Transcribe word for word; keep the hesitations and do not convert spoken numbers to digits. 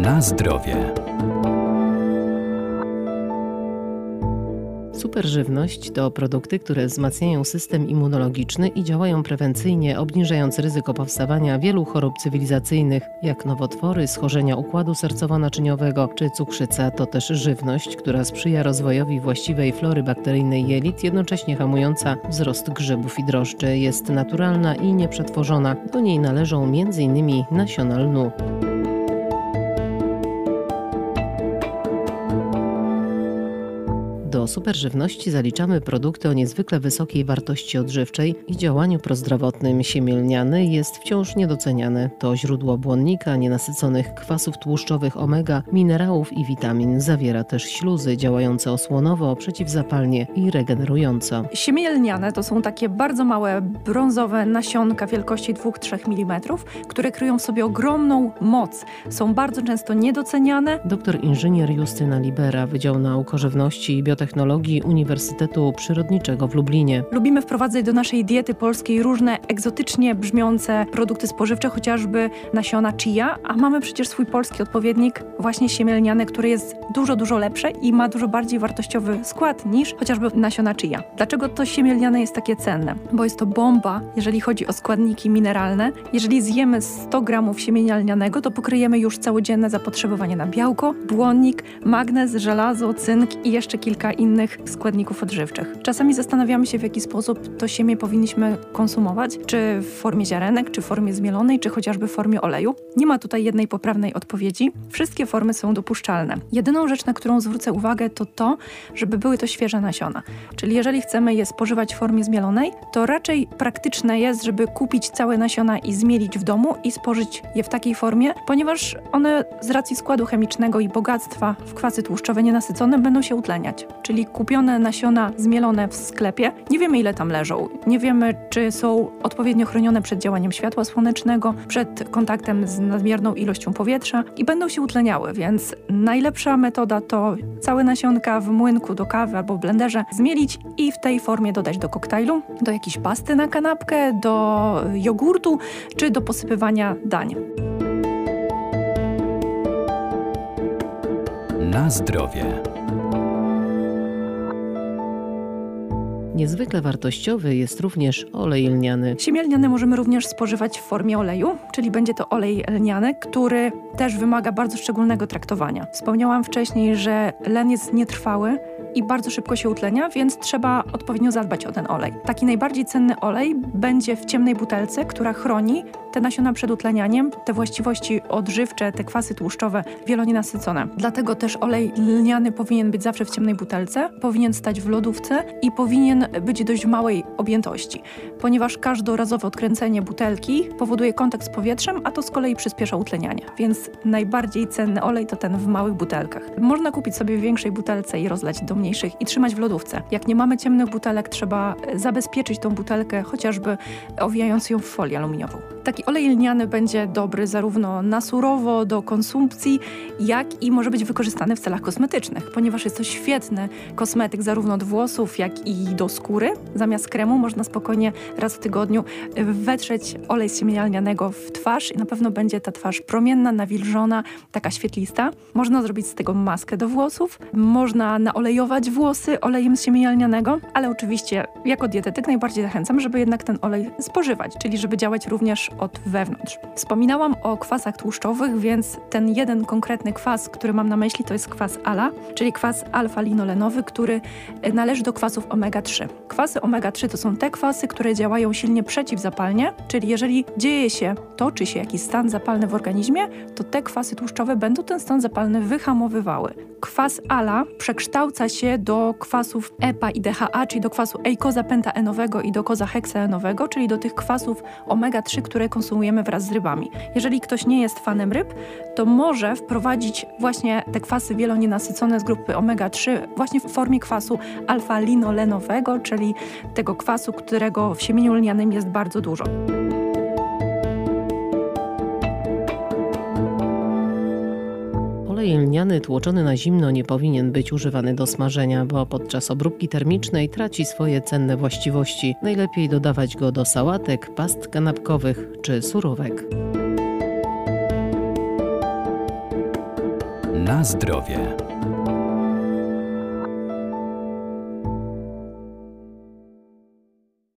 Na zdrowie. Superżywność to produkty, które wzmacniają system immunologiczny i działają prewencyjnie, obniżając ryzyko powstawania wielu chorób cywilizacyjnych, jak nowotwory, schorzenia układu sercowo-naczyniowego czy cukrzyca. To też żywność, która sprzyja rozwojowi właściwej flory bakteryjnej jelit, jednocześnie hamująca wzrost grzybów i drożdży. Jest naturalna i nieprzetworzona. Do niej należą między innymi nasiona lnu. Do superżywności zaliczamy produkty o niezwykle wysokiej wartości odżywczej i działaniu prozdrowotnym. Siemię lniany jest wciąż niedoceniane. To źródło błonnika, nienasyconych kwasów tłuszczowych omega, minerałów i witamin. Zawiera też śluzy działające osłonowo, przeciwzapalnie i regenerująco. Siemię lniane to są takie bardzo małe, brązowe nasionka wielkości dwa do trzech milimetrów, które kryją w sobie ogromną moc. Są bardzo często niedoceniane. Doktor inżynier Justyna Libera, Wydział Nauk o Żywności i Biotechnologii Uniwersytetu Przyrodniczego w Lublinie. Lubimy wprowadzać do naszej diety polskiej różne egzotycznie brzmiące produkty spożywcze, chociażby nasiona chia, a mamy przecież swój polski odpowiednik, właśnie siemię lniane, który jest dużo, dużo lepsze i ma dużo bardziej wartościowy skład niż chociażby nasiona chia. Dlaczego to siemię lniane jest takie cenne? Bo jest to bomba, jeżeli chodzi o składniki mineralne. Jeżeli zjemy sto gramów siemienia lnianego, to pokryjemy już całodzienne zapotrzebowanie na białko, błonnik, magnez, żelazo, cynk i jeszcze kilka innych składników odżywczych. Czasami zastanawiamy się, w jaki sposób to siemię powinniśmy konsumować, czy w formie ziarenek, czy w formie zmielonej, czy chociażby w formie oleju. Nie ma tutaj jednej poprawnej odpowiedzi. Wszystkie formy są dopuszczalne. Jedyną rzecz, na którą zwrócę uwagę, to to, żeby były to świeże nasiona. Czyli jeżeli chcemy je spożywać w formie zmielonej, to raczej praktyczne jest, żeby kupić całe nasiona i zmielić w domu i spożyć je w takiej formie, ponieważ one z racji składu chemicznego i bogactwa w kwasy tłuszczowe nienasycone będą się utleniać. Czyli kupione nasiona zmielone w sklepie, nie wiemy ile tam leżą, nie wiemy czy są odpowiednio chronione przed działaniem światła słonecznego, przed kontaktem z nadmierną ilością powietrza i będą się utleniały, więc najlepsza metoda to całe nasionka w młynku do kawy albo w blenderze zmielić i w tej formie dodać do koktajlu, do jakiejś pasty na kanapkę, do jogurtu czy do posypywania dań. Na zdrowie. Niezwykle wartościowy jest również olej lniany. Siemię lniane możemy również spożywać w formie oleju, czyli będzie to olej lniany, który też wymaga bardzo szczególnego traktowania. Wspomniałam wcześniej, że len jest nietrwały i bardzo szybko się utlenia, więc trzeba odpowiednio zadbać o ten olej. Taki najbardziej cenny olej będzie w ciemnej butelce, która chroni te nasiona przed utlenianiem, te właściwości odżywcze, te kwasy tłuszczowe wielonienasycone. Dlatego też olej lniany powinien być zawsze w ciemnej butelce, powinien stać w lodówce i powinien być dość małej objętości, ponieważ każdorazowe odkręcenie butelki powoduje kontakt z powietrzem, a to z kolei przyspiesza utlenianie. Więc najbardziej cenny olej to ten w małych butelkach. Można kupić sobie w większej butelce i rozlać do mniejszych i trzymać w lodówce. Jak nie mamy ciemnych butelek, trzeba zabezpieczyć tą butelkę, chociażby owijając ją w folię aluminiową. Taki olej lniany będzie dobry zarówno na surowo do konsumpcji, jak i może być wykorzystany w celach kosmetycznych, ponieważ jest to świetny kosmetyk zarówno do włosów, jak i do skóry. Zamiast kremu można spokojnie raz w tygodniu wetrzeć olej z siemienia lnianego w twarz i na pewno będzie ta twarz promienna, nawilżona, taka świetlista. Można zrobić z tego maskę do włosów, można naolejować włosy olejem z siemienia lnianego, ale oczywiście jako dietetyk najbardziej zachęcam, żeby jednak ten olej spożywać, czyli żeby działać również od wewnątrz. Wspominałam o kwasach tłuszczowych, więc ten jeden konkretny kwas, który mam na myśli, to jest kwas A L A, czyli kwas alfa-linolenowy, który należy do kwasów omega trzy. Kwasy omega trzy to są te kwasy, które działają silnie przeciwzapalnie, czyli jeżeli dzieje się, toczy się jakiś stan zapalny w organizmie, to te kwasy tłuszczowe będą ten stan zapalny wyhamowywały. Kwas A L A przekształca się do kwasów E P A i D H A, czyli do kwasu eikozapentaenowego i do kozaheksaenowego, czyli do tych kwasów omega trzy, które konsumujemy wraz z rybami. Jeżeli ktoś nie jest fanem ryb, to może wprowadzić właśnie te kwasy wielonienasycone z grupy omega trzy właśnie w formie kwasu alfa-linolenowego, czyli tego kwasu, którego w siemieniu lnianym jest bardzo dużo. Olej lniany tłoczony na zimno nie powinien być używany do smażenia, bo podczas obróbki termicznej traci swoje cenne właściwości. Najlepiej dodawać go do sałatek, past kanapkowych czy surówek. Na zdrowie.